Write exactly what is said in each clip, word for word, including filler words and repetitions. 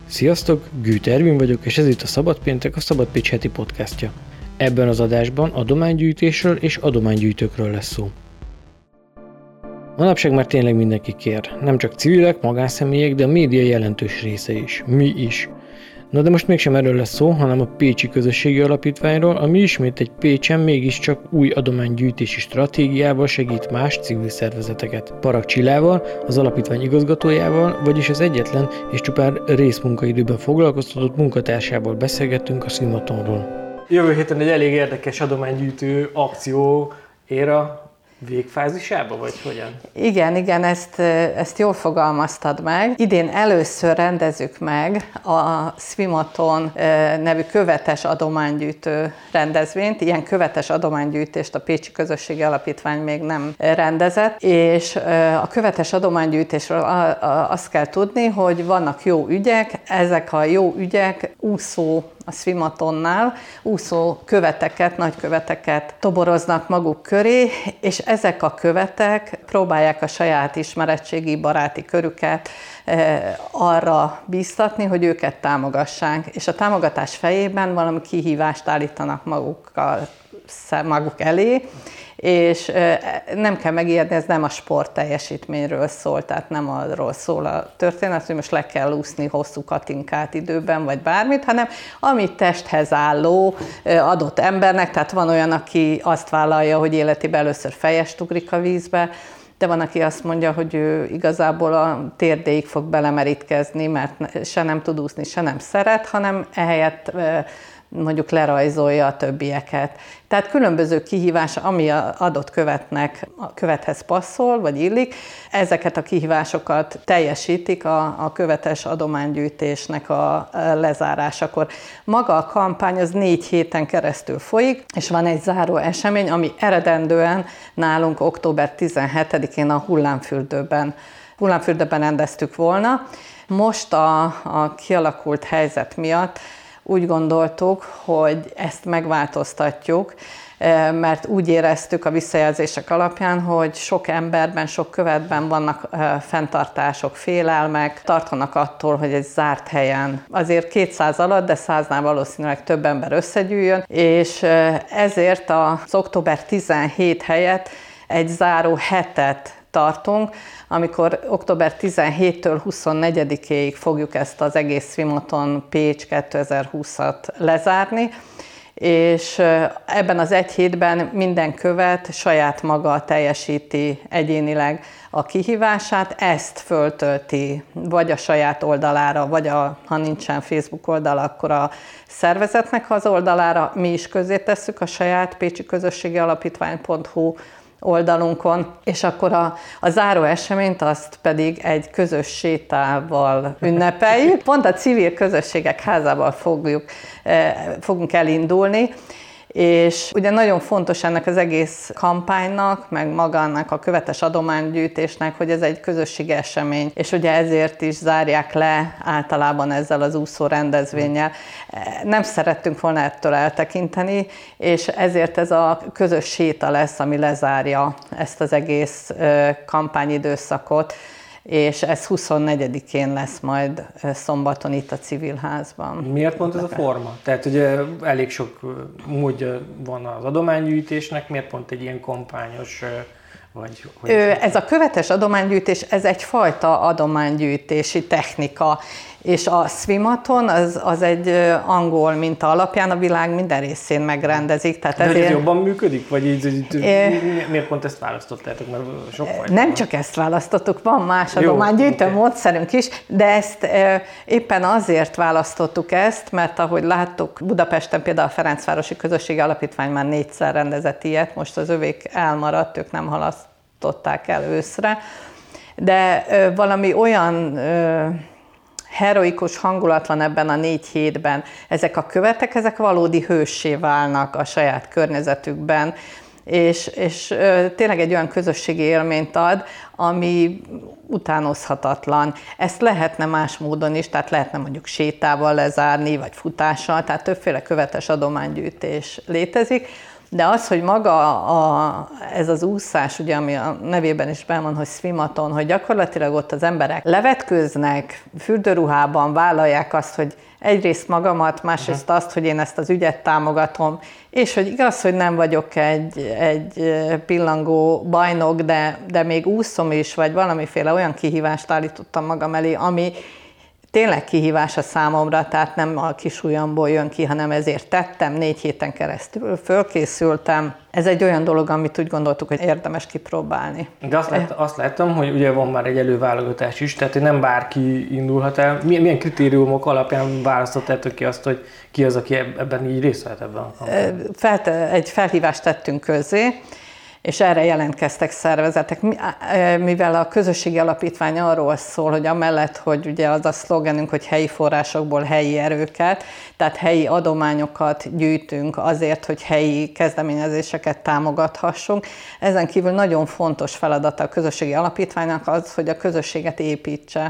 Sziasztok, Gűt Ervin vagyok, és ez itt a Szabad Péntek, a Szabad Pécs heti podcastja. Ebben az adásban adománygyűjtésről és adománygyűjtőkről lesz szó. Manapság már tényleg mindenki kér, nem csak civilek, magánszemélyek, de a média jelentős része is, mi is. Na de most mégsem erről lesz szó, hanem a Pécsi Közösségi Alapítványról, ami ismét egy Pécsen mégiscsak új adománygyűjtési stratégiával segít más civil szervezeteket. Parag Csillával, az alapítvány igazgatójával, vagyis az egyetlen és csupán részmunkaidőben foglalkoztatott munkatársával beszélgettünk a Swimatonról. Jövő héten egy elég érdekes adománygyűjtő akció ér a végfázisába, vagy hogyan? Igen, igen, ezt, ezt jól fogalmaztad meg. Idén először rendezzük meg a Swimaton nevű követes adománygyűjtő rendezvényt. Ilyen követes adománygyűjtést a Pécsi Közösségi Alapítvány még nem rendezett, és a követes adománygyűjtésről azt kell tudni, hogy vannak jó ügyek, ezek a jó ügyek úszó a Swimatonnál úszó követeket, nagyköveteket toboroznak maguk köré, és ezek a követek próbálják a saját ismeretségi, baráti körüket e, arra bíztatni, hogy őket támogassák. És a támogatás fejében valami kihívást állítanak magukkal, maguk elé, és nem kell megijedni, ez nem a sport teljesítményről szól, tehát nem arról szól a történet, hogy most le kell úszni hosszú katinkát időben, vagy bármit, hanem ami testhez álló adott embernek, tehát van olyan, aki azt vállalja, hogy életében először fejest ugrik a vízbe, de van, aki azt mondja, hogy ő igazából a térdéig fog belemerítkezni, mert se nem tud úszni, se nem szeret, hanem ehelyett mondjuk lerajzolja a többieket. Tehát különböző kihívás, ami adott követnek, a követhez passzol, vagy illik, ezeket a kihívásokat teljesítik a, a követes adománygyűjtésnek a lezárásakor. Maga a kampány az négy héten keresztül folyik, és van egy záró esemény, ami eredendően nálunk október tizenhetedikén a Hullámfürdőben, Hullámfürdőben rendeztük volna. Most a, a kialakult helyzet miatt úgy gondoltuk, hogy ezt megváltoztatjuk, mert úgy éreztük a visszajelzések alapján, hogy sok emberben, sok követben vannak fenntartások, félelmek, tartanak attól, hogy egy zárt helyen azért kétszáz alatt, de száznál valószínűleg több ember összegyűjjön, és ezért az október tizenhét helyett egy záró hetet tartunk, amikor október tizenhétől huszonnegyedikéig fogjuk ezt az egész Swimaton Pécs kétezer-húszat lezárni, és ebben az egy hétben minden követ saját maga teljesíti egyénileg a kihívását, ezt föltölti vagy a saját oldalára, vagy a, ha nincsen Facebook oldal, akkor a szervezetnek az oldalára, mi is közzétesszük a saját pécsi közösségi alapítvány pont hu oldalunkon, és akkor a, a záró eseményt azt pedig egy közös sétával ünnepeljük. Pont a civil közösségek házával fogjuk, fogunk elindulni, és ugye nagyon fontos ennek az egész kampánynak, meg magának a követes adománygyűjtésnek, hogy ez egy közösségi esemény, és ugye ezért is zárják le általában ezzel az úszó rendezvénnyel. Nem szerettünk volna ettől eltekinteni, és ezért ez a közös séta lesz, ami lezárja ezt az egész kampányidőszakot, és ez huszonnegyedikén lesz majd szombaton itt a Civilházban. Miért pont ez a forma? Tehát ugye elég sok módja van az adománygyűjtésnek, miért pont egy ilyen kampányos, vagy... Hogy ez a követes adománygyűjtés, ez egyfajta adománygyűjtési technika, és a Swimaton az, az egy angol minta alapján a világ minden részén megrendezik. Tehát de ezért... ez jobban működik? Vagy így, így, é... miért pont ezt választottátok? Mert sok fajta Nem van. Csak ezt választottuk, van más adománygyűjtő okay. módszerünk is, de ezt e, éppen azért választottuk ezt, mert ahogy láttuk, Budapesten például a Ferencvárosi Közösségi Alapítvány már négyszer rendezett ilyet, most az övék elmaradt, ők nem halasztották el őszre, de e, valami olyan... E, heroikus hangulat van ebben a négy hétben. Ezek a követek, ezek valódi hőssé válnak a saját környezetükben, és, és tényleg egy olyan közösségi élményt ad, ami utánozhatatlan. Ezt lehetne más módon is, tehát lehetne mondjuk sétával lezárni, vagy futással, tehát többféle követes adománygyűjtés létezik, De az, hogy maga a, ez az úszás, ugye, ami a nevében is benne van, hogy swimaton, hogy gyakorlatilag ott az emberek levetkőznek, fürdőruhában vállalják azt, hogy egyrészt magamat, másrészt azt, hogy én ezt az ügyet támogatom, és hogy igaz, hogy nem vagyok egy, egy pillangó bajnok, de, de még úszom is, vagy valamiféle olyan kihívást állítottam magam elé, ami tényleg kihívás a számomra, tehát nem a kis ujjamból jön ki, hanem ezért tettem, négy héten keresztül fölkészültem. Ez egy olyan dolog, amit úgy gondoltuk, hogy érdemes kipróbálni. De azt, lát, azt láttam, hogy ugye van már egy előválogatás is, tehát nem bárki indulhat el. Milyen, milyen kritériumok alapján választottátok ki azt, hogy ki az, aki ebben így részt vett ebben? Felt, egy felhívást tettünk közzé, és erre jelentkeztek szervezetek, mivel a közösségi alapítvány arról szól, hogy amellett, hogy ugye az a szlogenünk, hogy helyi forrásokból helyi erőket, tehát helyi adományokat gyűjtünk azért, hogy helyi kezdeményezéseket támogathassunk. Ezen kívül nagyon fontos feladata a közösségi alapítványnak az, hogy a közösséget építse.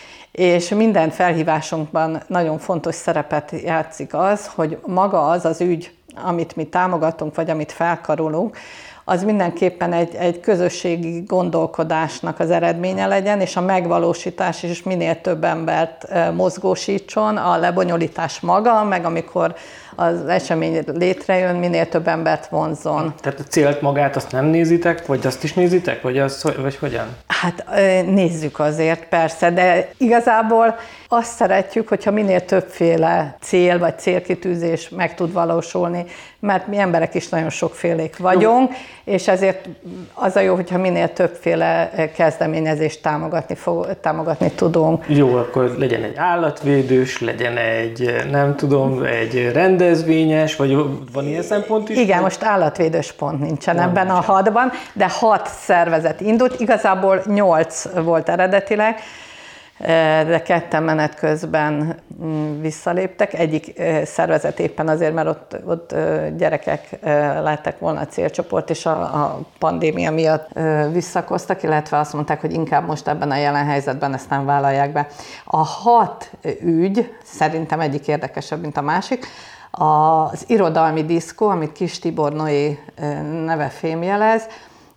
És minden felhívásunkban nagyon fontos szerepet játszik az, hogy maga az az ügy, amit mi támogatunk, vagy amit felkarolunk, az mindenképpen egy, egy közösségi gondolkodásnak az eredménye legyen, és a megvalósítás is minél több embert mozgósítson, a lebonyolítás maga, meg amikor az esemény létrejön, minél több embert vonzzon. Tehát a célt magát azt nem nézitek, vagy azt is nézitek, vagy, az, vagy hogyan? Hát nézzük azért, persze, de igazából azt szeretjük, hogyha minél többféle cél vagy célkitűzés meg tud valósulni, mert mi emberek is nagyon sokfélék vagyunk, jó. És ezért az a jó, hogyha minél többféle kezdeményezést támogatni, fog, támogatni tudunk. Jó, akkor legyen egy állatvédős, legyen egy, nem tudom, egy rendezvényes, vagy van ilyen szempont is? Igen, most állatvédős pont nincsen pont ebben nincsen. A hatban, de hat szervezet indult, igazából nyolc volt eredetileg, de ketten menet közben visszaléptek. Egyik szervezet éppen azért, mert ott, ott gyerekek lettek volna a célcsoport, és a, a pandémia miatt visszakoztak, illetve azt mondták, hogy inkább most ebben a jelen helyzetben ezt nem vállalják be. A hat ügy, szerintem egyik érdekesebb, mint a másik, az irodalmi diszkó, amit Kis Tibor Noé neve fémjelez,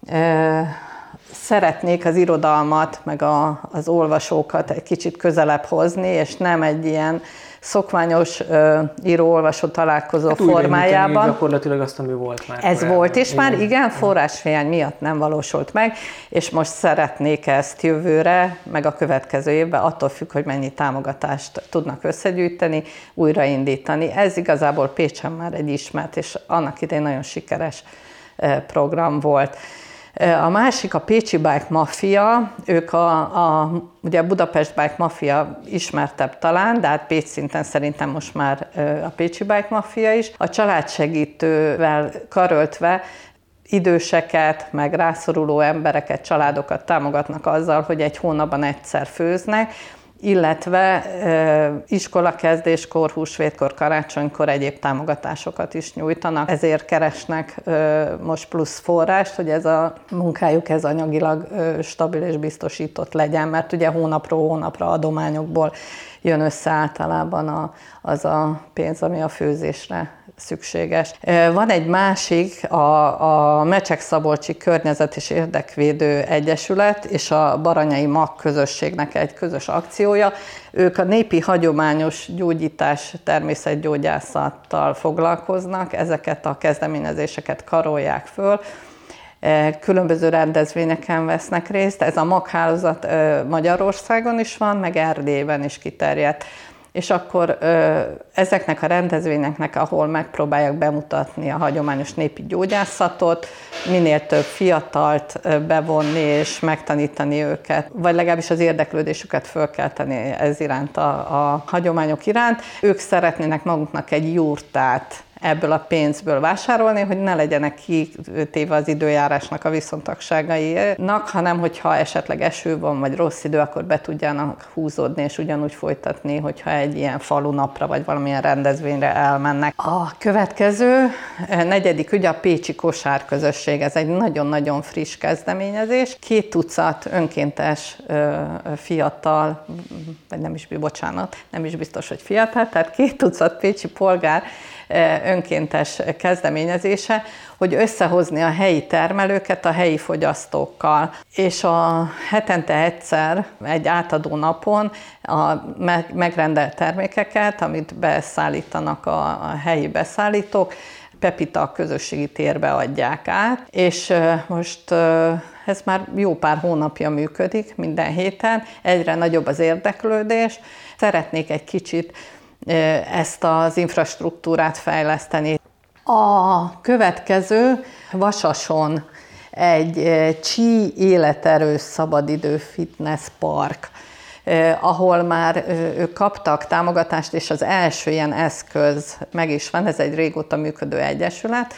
szeretnék az irodalmat, meg a, az olvasókat egy kicsit közelebb hozni, és nem egy ilyen szokványos uh, író-olvasó találkozó hát formájában. Gyakorlatilag azt, ami volt már. Ez korábban. Volt is igen. Már, igen, forráshiány miatt nem valósult meg, és most szeretnék ezt jövőre, meg a következő évben, attól függ, hogy mennyi támogatást tudnak összegyűjteni, újraindítani. Ez igazából Pécsen már egy ismert, és annak idején nagyon sikeres uh, program volt. A másik a Pécsi Bike Mafia, ők a, a, ugye a Budapest Bike Mafia ismertebb talán, de hát Pécs szinten szerintem most már a Pécsi Bike Mafia is. A családsegítővel karöltve időseket, meg rászoruló embereket, családokat támogatnak azzal, hogy egy hónapban egyszer főznek, illetve e, iskolakezdéskor, húsvétkor, karácsonykor egyéb támogatásokat is nyújtanak. Ezért keresnek e, most plusz forrást, hogy ez a munkájuk ez anyagilag e, stabil és biztosított legyen, mert ugye hónapról hónapra adományokból jön össze általában a, az a pénz, ami a főzésre szükséges. Van egy másik, a, a Mecsek-Szabolcsi Környezet és Érdekvédő Egyesület és a Baranyai Mag közösségnek egy közös akciója. Ők a népi hagyományos gyógyítás, természetgyógyászattal foglalkoznak, ezeket a kezdeményezéseket karolják föl, különböző rendezvényeken vesznek részt. Ez a maghálózat Magyarországon is van, meg Erdélyben is kiterjedt. És akkor ezeknek a rendezvényeknek, ahol megpróbálják bemutatni a hagyományos népi gyógyászatot, minél több fiatalt bevonni és megtanítani őket, vagy legalábbis az érdeklődésüket fölkelteni ez iránt, a, a hagyományok iránt. Ők szeretnének maguknak egy jurtát ebből a pénzből vásárolni, hogy ne legyenek kitéve az időjárásnak a viszontagságainak, hanem hogyha esetleg eső van, vagy rossz idő, akkor be tudjanak húzódni, és ugyanúgy folytatni, hogyha egy ilyen falunapra, vagy valamilyen rendezvényre elmennek. A következő, negyedik ügy a Pécsi Kosárközösség. Ez egy nagyon-nagyon friss kezdeményezés. Két tucat önkéntes fiatal, vagy nem is, bocsánat, nem is biztos, hogy fiatal, tehát két tucat pécsi polgár önkéntes kezdeményezése, hogy összehozni a helyi termelőket a helyi fogyasztókkal. És a hetente egyszer, egy átadó napon a megrendelt termékeket, amit beszállítanak a, a helyi beszállítók, Pepita közösségi térbe adják át, és most ez már jó pár hónapja működik, minden héten, egyre nagyobb az érdeklődés. Szeretnék egy kicsit ezt az infrastruktúrát fejleszteni. A következő Vasason egy Csí életerős szabadidő fitness park, ahol már ők kaptak támogatást, és az első ilyen eszköz meg is van, ez egy régóta működő egyesület,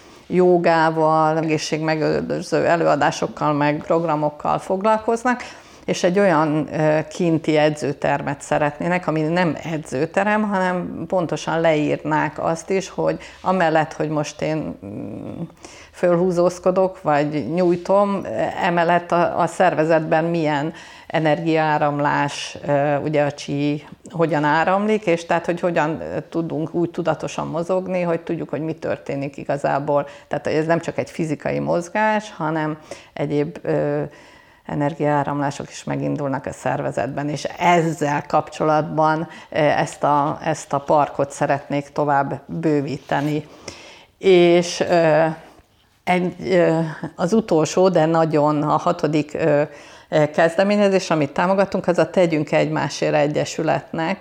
jogával, egészségmegőrző előadásokkal, meg programokkal foglalkoznak, és egy olyan kinti edzőtermet szeretnének, ami nem edzőterem, hanem pontosan leírnák azt is, hogy amellett, hogy most én fölhúzózkodok, vagy nyújtom, emellett a, a szervezetben milyen energiaáramlás, ugye a csí hogyan áramlik, és tehát, hogy hogyan tudunk úgy tudatosan mozogni, hogy tudjuk, hogy mi történik igazából. Tehát ez nem csak egy fizikai mozgás, hanem egyéb ö, energiaáramlások is megindulnak a szervezetben, és ezzel kapcsolatban ezt a, ezt a parkot szeretnék tovább bővíteni. És ö, egy, ö, az utolsó, de nagyon a hatodik ö, kezdeményezés, amit támogatunk, az a Tegyünk Egymásért Egyesületnek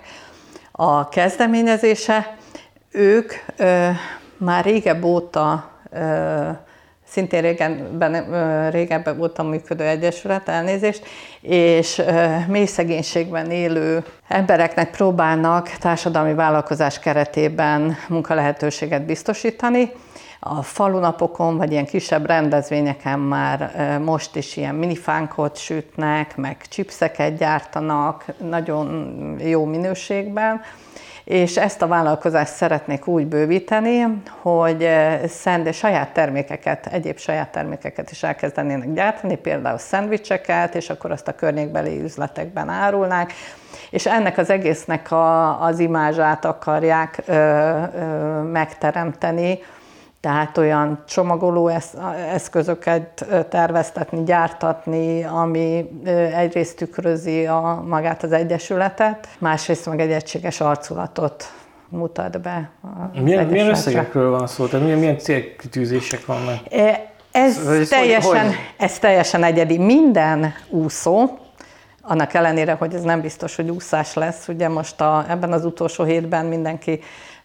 a kezdeményezése. Ők ö, már régebb óta, ö, szintén régebben, régebben óta működő egyesület, elnézést, és ö, mély szegénységben élő embereknek próbálnak társadalmi vállalkozás keretében munkalehetőséget biztosítani. A falunapokon, vagy ilyen kisebb rendezvényeken már most is ilyen minifánkot sütnek, meg chipseket gyártanak, nagyon jó minőségben, és ezt a vállalkozást szeretnék úgy bővíteni, hogy szend, saját termékeket, egyéb saját termékeket is elkezdenének gyártani, például szendvicseket, és akkor azt a környékbeli üzletekben árulnák, és ennek az egésznek a, az imázsát akarják ö, ö, megteremteni, tehát olyan csomagoló eszközöket terveztetni, gyártatni, ami egyrészt tükrözi a, magát az egyesületet, másrészt meg egy egységes arculatot mutat be. Milyen, milyen összegekről van szó? Tehát milyen, milyen célkitűzések vannak? Ez, ez, teljesen, hogy, ez teljesen egyedi. Minden úszó, annak ellenére, hogy ez nem biztos, hogy úszás lesz, ugye most a, ebben az utolsó hétben mindenki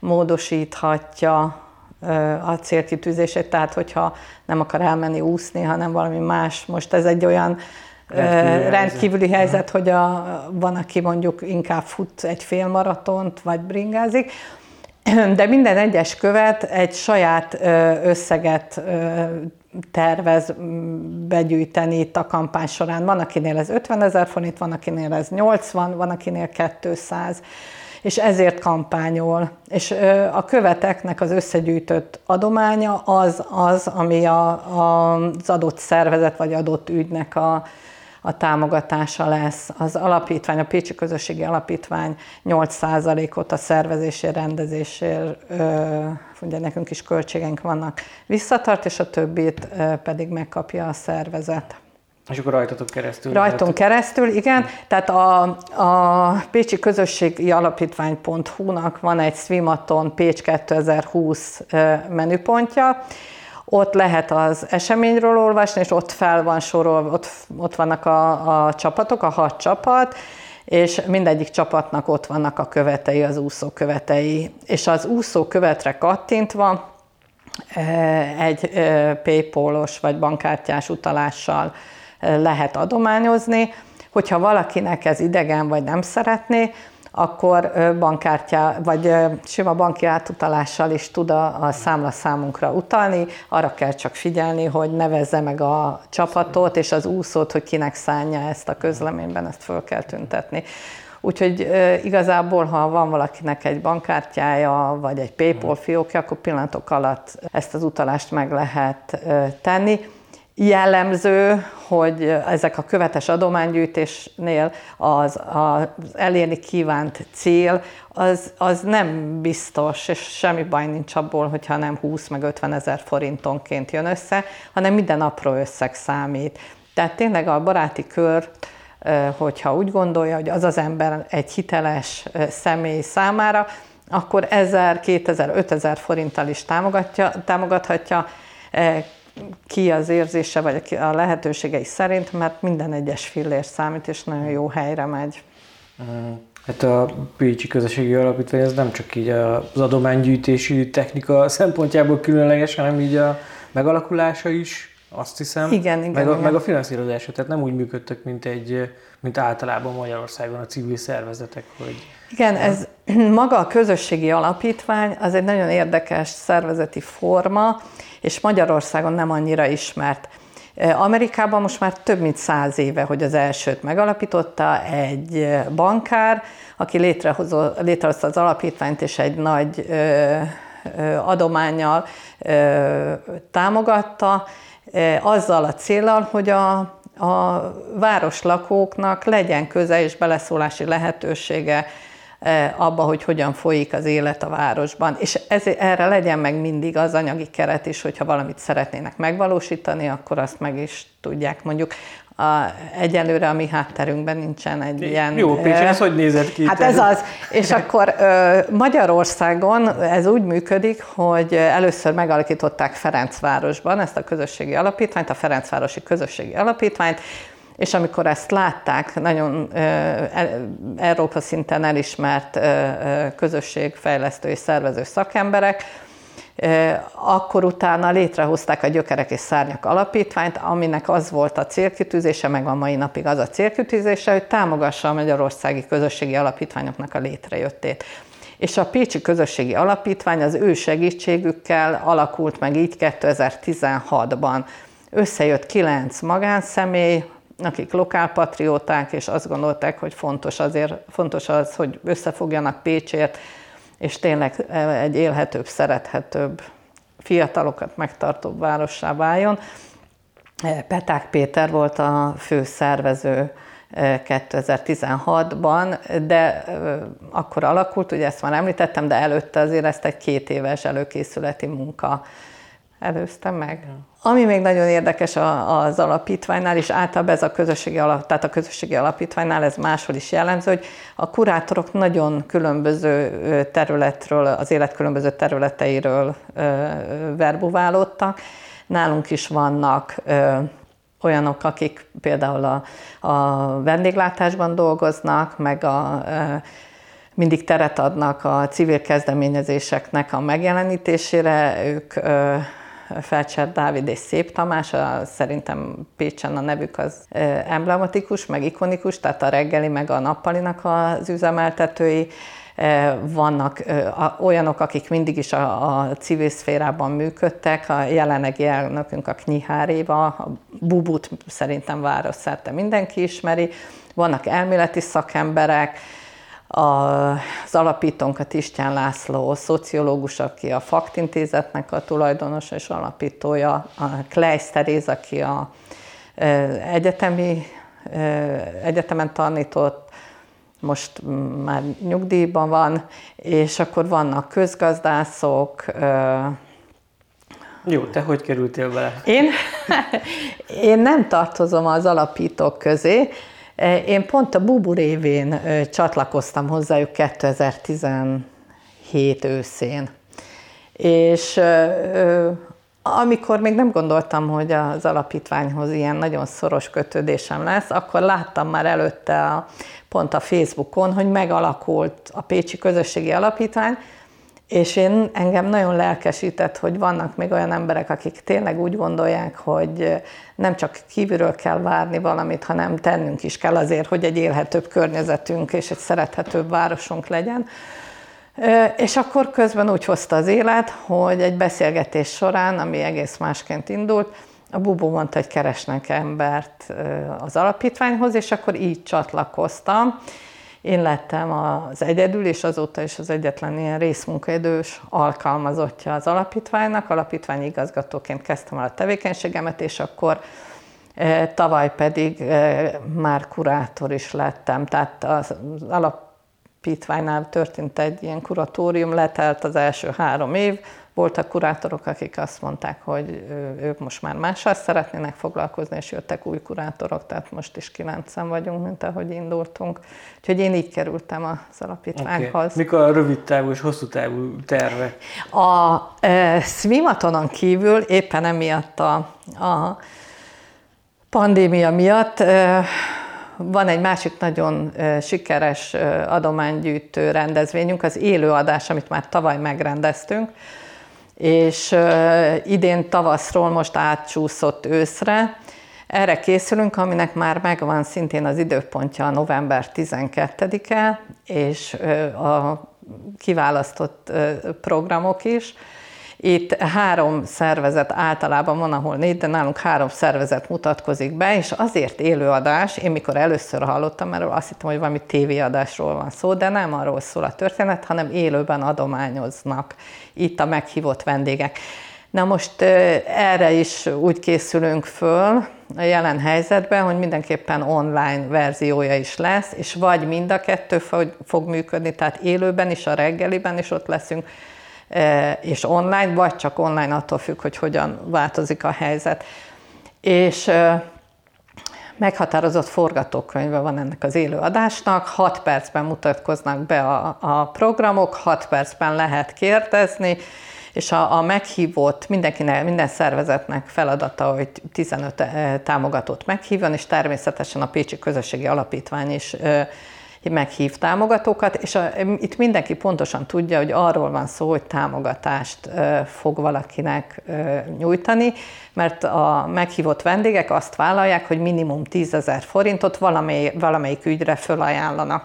módosíthatja a célkitűzését, tehát hogyha nem akar elmenni úszni, hanem valami más. Most ez egy olyan rendkívüli, rendkívüli helyzet, helyzet hogy a, van, aki mondjuk inkább fut egy félmaratont, vagy bringázik, de minden egyes követ egy saját összeget tervez begyűjteni itt a kampány során. Van, akinél ez ötvenezer forint, van, akinél ez nyolcvan, van, akinél kétszáz. És ezért kampányol. És a követeknek az összegyűjtött adománya az, az ami a, a, az adott szervezet vagy adott ügynek a, a támogatása lesz. Az alapítvány, a Pécsi Közösségi Alapítvány nyolc százalékot a szervezésért, rendezésért, ugye nekünk is költségeink vannak, visszatart, és a többit pedig megkapja a szervezet. És akkor rajtatok keresztül? Rajtunk keresztül, igen. Tehát a, a Pécsi Közösségi Alapítvány pont hu-nak van egy Swimaton Pécs kétezer-húsz menüpontja. Ott lehet az eseményről olvasni, és ott fel van sorolva, ott, ott vannak a, a csapatok, a hat csapat, és mindegyik csapatnak ott vannak a követei, az úszó követei. És az úszó követre kattintva egy PayPal-os vagy bankkártyás utalással lehet adományozni. Hogyha valakinek ez idegen vagy nem szeretné, akkor bankkártya vagy sima banki átutalással is tud a, a számlaszámunkra utalni. Arra kell csak figyelni, hogy nevezze meg a csapatot és az úszót, hogy kinek szánja ezt a közleményben, ezt föl kell tüntetni. Úgyhogy e, igazából, ha van valakinek egy bankkártyája, vagy egy PayPal fiókja, akkor pillanatok alatt ezt az utalást meg lehet e, tenni. jellemző, hogy ezek a követes adománygyűjtésnél az, az elérni kívánt cél, az, az nem biztos, és semmi baj nincs abból, hogyha nem húsz meg ötven ezer forintonként jön össze, hanem minden apró összeg számít. Tehát tényleg a baráti kör, hogyha úgy gondolja, hogy az az ember egy hiteles személy számára, akkor ezer, kétezer, ötezer forinttal is támogatja, támogathatja, ki az érzése, vagy a lehetőségei szerint, mert minden egyes fillér számít, és nagyon jó helyre megy. Hát a Pécsi Közösségi Alapítvány ez nem csak így az adománygyűjtési technika szempontjából különleges, hanem így a megalakulása is, azt hiszem, igen, igen, meg, a, igen. meg a finanszírozása, tehát nem úgy működtek, mint, egy, mint általában Magyarországon a civil szervezetek, hogy... Igen, ez maga a közösségi alapítvány, az egy nagyon érdekes szervezeti forma, és Magyarországon nem annyira ismert. Amerikában most már több mint száz éve, hogy az elsőt megalapította egy bankár, aki létrehozta az alapítványt, és egy nagy ö, ö, adománnyal ö, támogatta, ö, azzal a céllal, hogy a, a városlakóknak legyen köze és beleszólási lehetősége abba, hogy hogyan folyik az élet a városban. És ez, erre legyen meg mindig az anyagi keret is, hogyha valamit szeretnének megvalósítani, akkor azt meg is tudják. Mondjuk a, egyelőre a mi hátterünkben nincsen egy ilyen... Jó, Pécsen ez hogy nézett ki? Hát ez az. És akkor Magyarországon ez úgy működik, hogy először megalakították Ferencvárosban ezt a közösségi alapítványt, a Ferencvárosi Közösségi Alapítványt, és amikor ezt látták, nagyon Európa szinten elismert közösségfejlesztő és szervező szakemberek, akkor utána létrehozták a Gyökerek és Szárnyak Alapítványt, aminek az volt a célkitűzése, meg a mai napig az a célkitűzése, hogy támogassa a magyarországi közösségi alapítványoknak a létrejöttét. És a Pécsi Közösségi Alapítvány az ő segítségükkel alakult meg így kétezer-tizenhatban. Összejött kilenc magánszemély, akik lokálpatrióták, és azt gondolták, hogy fontos, azért, fontos az, hogy összefogjanak Pécsért, és tényleg egy élhetőbb, szerethetőbb, fiatalokat megtartóbb várossá váljon. Peták Péter volt a fő szervező kétezer-tizenhatban, de akkor alakult, ugye ezt már említettem, de előtte azért ezt egy két éves előkészületi munka előzte meg. Ami még nagyon érdekes az alapítványnál, és általában ez a közösségi, alap, tehát a közösségi alapítványnál ez máshol is jellemző, hogy a kurátorok nagyon különböző területről, az élet különböző területeiről verbuválódtak. Nálunk is vannak olyanok, akik például a, a vendéglátásban dolgoznak, meg a mindig teret adnak a civil kezdeményezéseknek a megjelenítésére, ők Felcser Dávid és Szép Tamás, a, szerintem Pécsen a nevük az emblematikus, meg ikonikus, tehát a reggeli, meg a nappalinak az üzemeltetői. Vannak olyanok, akik mindig is a, a civil szférában működtek, a jelenlegi elnökünk a Knyihár Éva, a Bubut szerintem városszerte mindenki ismeri, vannak elméleti szakemberek, az alapítónkat István László, szociológus, aki a Fakt Intézetnek a tulajdonosa és alapítója, a Kleist Teréz, aki a egyetemi, egyetemen tanított, most már nyugdíjban van, és akkor vannak közgazdászok. Jó, te hogy kerültél bele? Én, én nem tartozom az alapítók közé. Én pont a Bubu révén csatlakoztam hozzájuk kétezer-tizenhét őszén. És amikor még nem gondoltam, hogy az alapítványhoz ilyen nagyon szoros kötődésem lesz, akkor láttam már előtte a, pont a Facebookon, hogy megalakult a Pécsi Közösségi Alapítvány, és én engem nagyon lelkesített, hogy vannak még olyan emberek, akik tényleg úgy gondolják, hogy nem csak kívülről kell várni valamit, hanem tennünk is kell azért, hogy egy élhetőbb környezetünk és egy szerethetőbb városunk legyen. És akkor közben úgy hozta az élet, hogy egy beszélgetés során, ami egész másként indult, a Bubu mondta, hogy keresnek embert az alapítványhoz, és akkor így csatlakoztam. Én lettem az egyedül, és azóta is az egyetlen ilyen részmunkaidős alkalmazottja az alapítványnak. Alapítványi igazgatóként kezdtem el a tevékenységemet, és akkor tavaly pedig már kurátor is lettem. Tehát az alapítványnál történt egy ilyen kuratórium, letelt az első három év. Voltak kurátorok, akik azt mondták, hogy ők most már mással szeretnének foglalkozni, és jöttek új kurátorok, tehát most is kilencen vagyunk, mint ahogy indultunk. Úgyhogy én így kerültem az alapítványhoz. Okay. Mik a rövid távú és hosszú távú tervek? A e, Swimatonon kívül éppen emiatt a, a pandémia miatt e, van egy másik nagyon e, sikeres e, adománygyűjtő rendezvényünk, az élőadás, amit már tavaly megrendeztünk, és uh, idén tavaszról most átcsúszott őszre. Erre készülünk, aminek már megvan szintén az időpontja, november tizenkettedike, és uh, a kiválasztott uh, programok is. Itt három szervezet általában van, ahol négy, de nálunk három szervezet mutatkozik be, és azért élőadás, én mikor először hallottam erről, azt hittem, hogy valami tévéadásról van szó, de nem arról szól a történet, hanem élőben adományoznak itt a meghívott vendégek. Na most erre is úgy készülünk föl a jelen helyzetben, hogy mindenképpen online verziója is lesz, és vagy mind a kettő fog, fog működni, tehát élőben is, a reggeliben is ott leszünk, és online, vagy csak online, attól függ, hogy hogyan változik a helyzet. És meghatározott forgatókönyve van ennek az élőadásnak, hat percben mutatkoznak be a, a programok, hat percben lehet kérdezni, és a, a meghívott, mindenkinek, minden szervezetnek feladata, hogy tizenöt támogatót meghívjon, és természetesen a Pécsi Közösségi Alapítvány is meghív támogatókat, és a, itt mindenki pontosan tudja, hogy arról van szó, hogy támogatást e, fog valakinek e, nyújtani, mert a meghívott vendégek azt vállalják, hogy minimum tízezer forintot valamely, valamelyik ügyre fölajánlanak.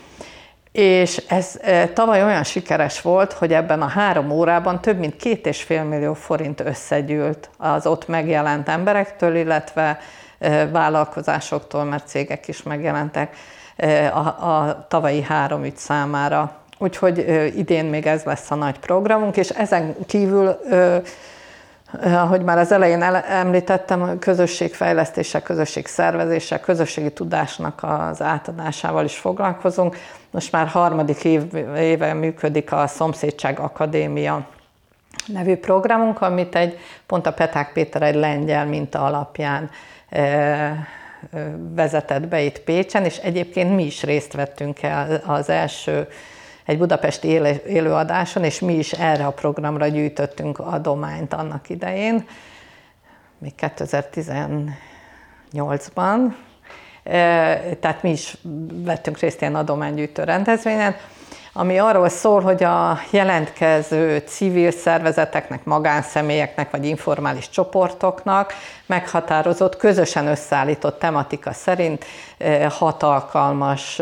És ez e, tavaly olyan sikeres volt, hogy ebben a három órában több mint két és fél millió forint összegyűlt az ott megjelent emberektől, illetve e, vállalkozásoktól, mert cégek is megjelentek, A, a tavalyi három ügy számára. Úgyhogy ö, idén még ez lesz a nagy programunk, és ezen kívül, ö, ahogy már az elején említettem, közösségfejlesztéssel, közösségszervezéssel, közösségi tudásnak az átadásával is foglalkozunk. Most már harmadik év, éve működik a Szomszédság Akadémia nevű programunk, amit egy, pont a Peták Péter egy lengyel minta alapján vezetett be itt Pécsen, és egyébként mi is részt vettünk el az első egy budapesti élőadáson, és mi is erre a programra gyűjtöttünk adományt annak idején, még kétezer-tizennyolcban. Tehát mi is vettünk részt ilyen adománygyűjtő rendezvényen, ami arról szól, hogy a jelentkező civil szervezeteknek, magánszemélyeknek vagy informális csoportoknak meghatározott, közösen összeállított tematika szerint hat alkalmas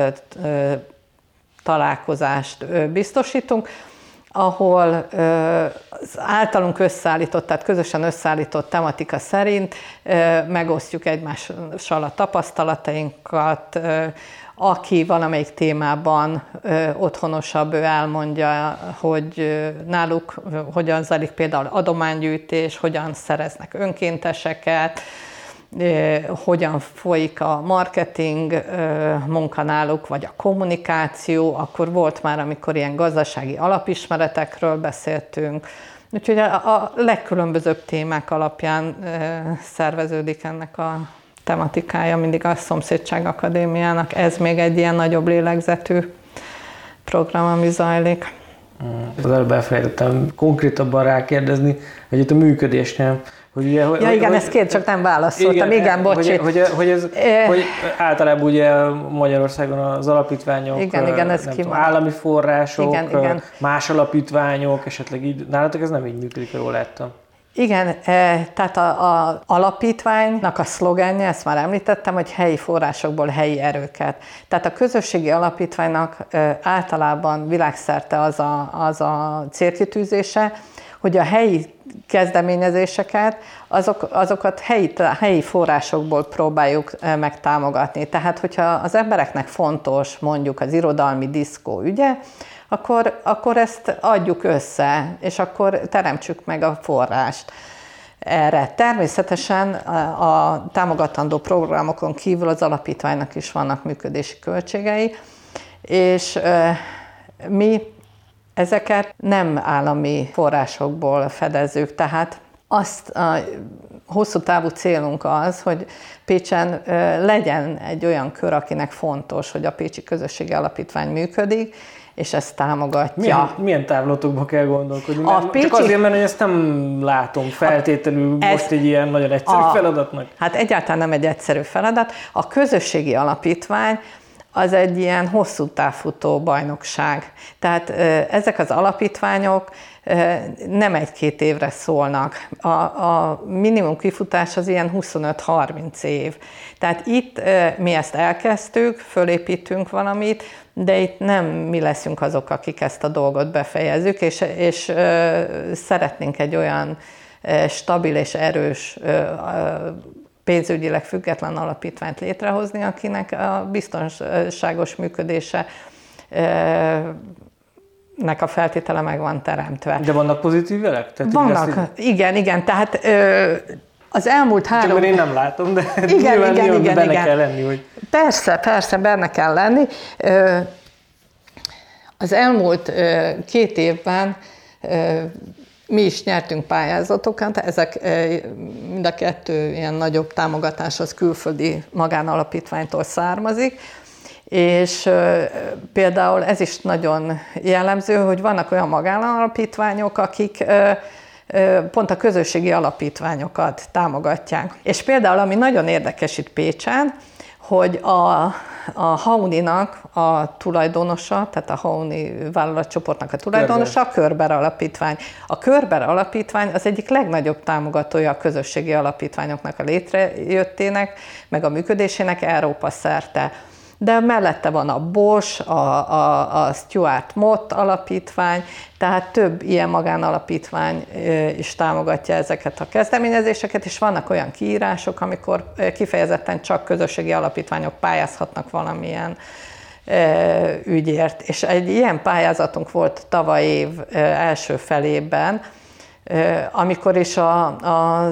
találkozást biztosítunk, ahol az általunk összeállított, tehát közösen összeállított tematika szerint megosztjuk egymással a tapasztalatainkat, aki valamelyik témában ö, otthonosabb, ő elmondja, hogy ö, náluk ö, hogyan zajlik például adománygyűjtés, hogyan szereznek önkénteseket, ö, hogyan folyik a marketing ö, munka náluk, vagy a kommunikáció. Akkor volt már, amikor ilyen gazdasági alapismeretekről beszéltünk. Úgyhogy a, a legkülönbözőbb témák alapján ö, szerveződik ennek a tematikája mindig a Szomszédság Akadémiának. Ez még egy ilyen nagyobb lélegzetű program, ami zajlik. Az előbb elfelejtettem konkrétabban rákérdezni, hogy itt a működésnél, hogy ugye... Ja hogy, igen, hogy, ezt két, csak nem válaszoltam. Igen, igen bocsi. Hogy, hogy, hogy, ez, e... hogy általában ugye Magyarországon az alapítványok, igen, igen, ez tudom, állami források, igen, igen. más alapítványok, esetleg így, nálatok ez nem így működik, jól láttam. Igen, tehát az alapítványnak a szlogenje, ezt már említettem, hogy helyi forrásokból helyi erőket. Tehát a közösségi alapítványnak általában világszerte az a, az a célkitűzése, hogy a helyi kezdeményezéseket, azok, azokat helyi, helyi forrásokból próbáljuk megtámogatni. Tehát, hogyha az embereknek fontos mondjuk az irodalmi diszkó ügye, akkor, akkor ezt adjuk össze, és akkor teremtsük meg a forrást erre. Természetesen a, a támogatandó programokon kívül az alapítványnak is vannak működési költségei, és e, mi ezeket nem állami forrásokból fedezzük, tehát azt a hosszú távú célunk az, hogy Pécsen legyen egy olyan kör, akinek fontos, hogy a Pécsi Közösségi Alapítvány működik, és ezt támogatja. Milyen, milyen távlatokba kell gondolkodni? Mert Pécsi... Csak azért, mert ezt nem látom feltétlenül a, most egy ilyen nagyon egyszerű a, feladatnak. Hát egyáltalán nem egy egyszerű feladat. A Közösségi Alapítvány az egy ilyen hosszú távfutó bajnokság. Tehát ezek az alapítványok nem egy-két évre szólnak. A, a minimum kifutás az ilyen huszonöt-harminc év. Tehát itt mi ezt elkezdtük, fölépítünk valamit, de itt nem mi leszünk azok, akik ezt a dolgot befejezzük, és, és szeretnénk egy olyan stabil és erős, pénzügyileg független alapítványt létrehozni, akinek a biztonságos működése nek a feltétele meg van teremtve. De vannak pozitív jelek? Tehát vannak, lesz, igen, igen, tehát az elmúlt három... Csak én nem látom, de igen, nyilván, igen, nyilván igen, benne igen. kell lenni. Hogy... Persze, persze, benne kell lenni. Az elmúlt két évben mi is nyertünk pályázatokat, ezek mind a kettő ilyen nagyobb támogatás az külföldi magánalapítványtól származik, és például ez is nagyon jellemző, hogy vannak olyan magánalapítványok, akik pont a közösségi alapítványokat támogatják. És például, ami nagyon érdekes itt Pécsen, hogy a, a Hauninak a tulajdonosa, tehát a Hauni vállalatcsoportnak a tulajdonosa a Körber Alapítvány. A Körber Alapítvány az egyik legnagyobb támogatója a közösségi alapítványoknak a létrejöttének, meg a működésének Európa szerte. De mellette van a Bosch, a, a, a Stuart Mott alapítvány, tehát több ilyen magánalapítvány is támogatja ezeket a kezdeményezéseket, és vannak olyan kiírások, amikor kifejezetten csak közösségi alapítványok pályázhatnak valamilyen ügyért. És egy ilyen pályázatunk volt tavaly év első felében, amikor is a, a,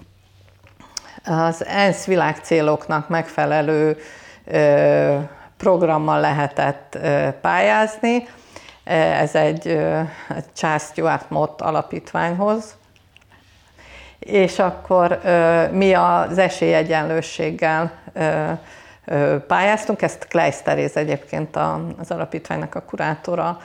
az ENSZ világcéloknak megfelelő programmal lehetett pályázni. Ez egy Charles Stuart Mott alapítványhoz. És akkor mi az esélyegyenlőséggel pályáztunk, ezt Kleisz Teréz egyébként az alapítványnak a kurátora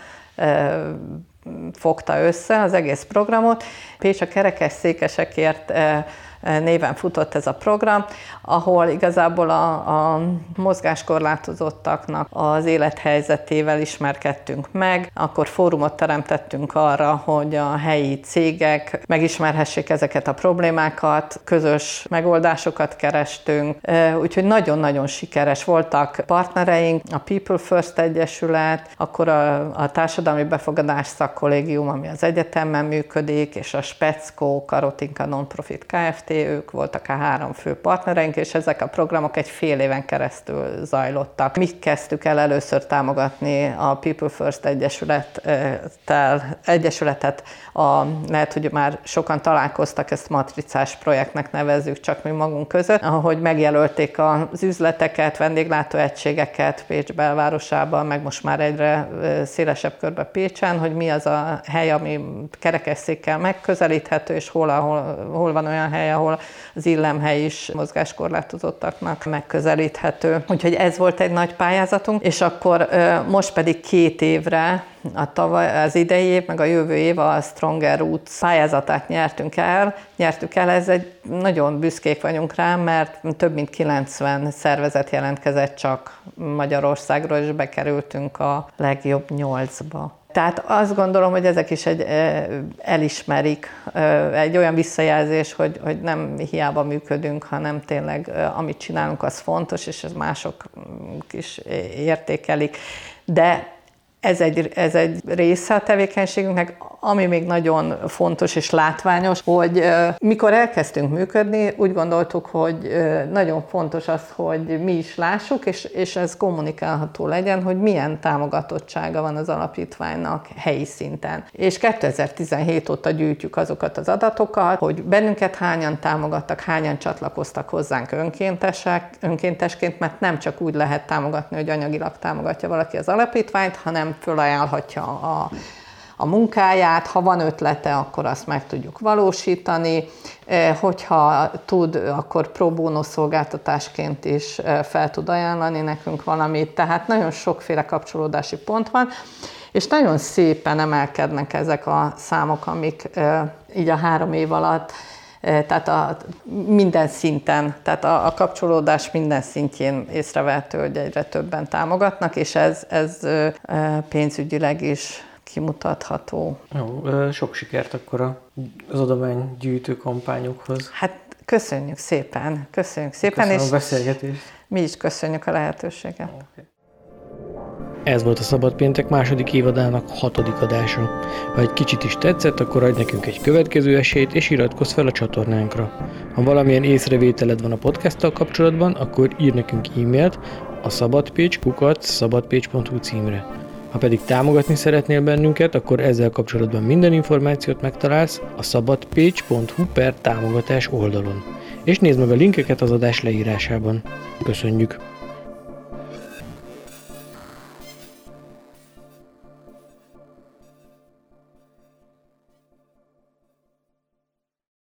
fogta össze az egész programot. Pécs a kerekesszékesekért néven futott ez a program, ahol igazából a, a mozgáskorlátozottaknak az élethelyzetével ismerkedtünk meg, akkor fórumot teremtettünk arra, hogy a helyi cégek megismerhessék ezeket a problémákat, közös megoldásokat kerestünk, úgyhogy nagyon-nagyon sikeres voltak partnereink, a People First Egyesület, akkor a, a Társadalmi Befogadás Szakkollégium, ami az egyetemen működik, és a Speckó Karotinka Nonprofit Kft. Ők voltak a három fő partnereink, és ezek a programok egy fél éven keresztül zajlottak. Mi kezdtük el először támogatni a People First Egyesülettel, Egyesületet, a, lehet, hogy már sokan találkoztak, ezt matricás projektnek nevezzük csak mi magunk között, ahogy megjelölték az üzleteket, vendéglátóegységeket Pécs belvárosában, meg most már egyre szélesebb körbe Pécsen, hogy mi az a hely, ami kerekesszékkel megközelíthető, és hol, ahol, hol van olyan hely, ahol az illemhely is mozgáskorlátozottaknak megközelíthető. Úgyhogy ez volt egy nagy pályázatunk, és akkor most pedig két évre, a tavaly, az idei év, meg a jövő év a Stronger Roots pályázatát nyertünk el. Nyertük el, ez egy nagyon büszkék vagyunk rá, mert több mint kilencven szervezet jelentkezett csak Magyarországról, és bekerültünk a legjobb nyolcba. Tehát azt gondolom, hogy ezek is egy, elismerik, egy olyan visszajelzés, hogy, hogy nem hiába működünk, hanem tényleg amit csinálunk, az fontos, és ez mások is értékelik. De Ez egy, ez egy része a tevékenységünknek, ami még nagyon fontos és látványos, hogy mikor elkezdtünk működni, úgy gondoltuk, hogy nagyon fontos az, hogy mi is lássuk, és, és ez kommunikálható legyen, hogy milyen támogatottsága van az alapítványnak helyi szinten. És kétezer-tizenhét óta gyűjtjük azokat az adatokat, hogy bennünket hányan támogattak, hányan csatlakoztak hozzánk önkéntesek, önkéntesként, mert nem csak úgy lehet támogatni, hogy anyagilag támogatja valaki az alapítványt, hanem fölajánlhatja a a munkáját, ha van ötlete, akkor azt meg tudjuk valósítani, hogyha tud, akkor pro bono szolgáltatásként is fel tud ajánlani nekünk valamit, tehát nagyon sokféle kapcsolódási pont van, és nagyon szépen emelkednek ezek a számok, amik így a három év alatt, tehát a, minden szinten, tehát a, a kapcsolódás minden szintjén észrevehető, hogy egyre többen támogatnak, és ez, ez pénzügyileg is kimutatható. Jó, sok sikert akkor az adománygyűjtő kampányokhoz. Hát köszönjük szépen, köszönjük szépen. Köszönöm és a beszélgetést. Mi is köszönjük a lehetőséget. Okay. Ez volt a Szabad Péntek második évadának hatodik adása. Ha egy kicsit is tetszett, akkor adj nekünk egy következő esélyt, és iratkozz fel a csatornánkra. Ha valamilyen észrevételed van a podcasttal kapcsolatban, akkor írj nekünk e-mailt a szabadpécs kukac szabadpécs pont hu címre. Ha pedig támogatni szeretnél bennünket, akkor ezzel kapcsolatban minden információt megtalálsz a szabadpécs pont hu per támogatás oldalon. És nézd meg a linkeket az adás leírásában. Köszönjük!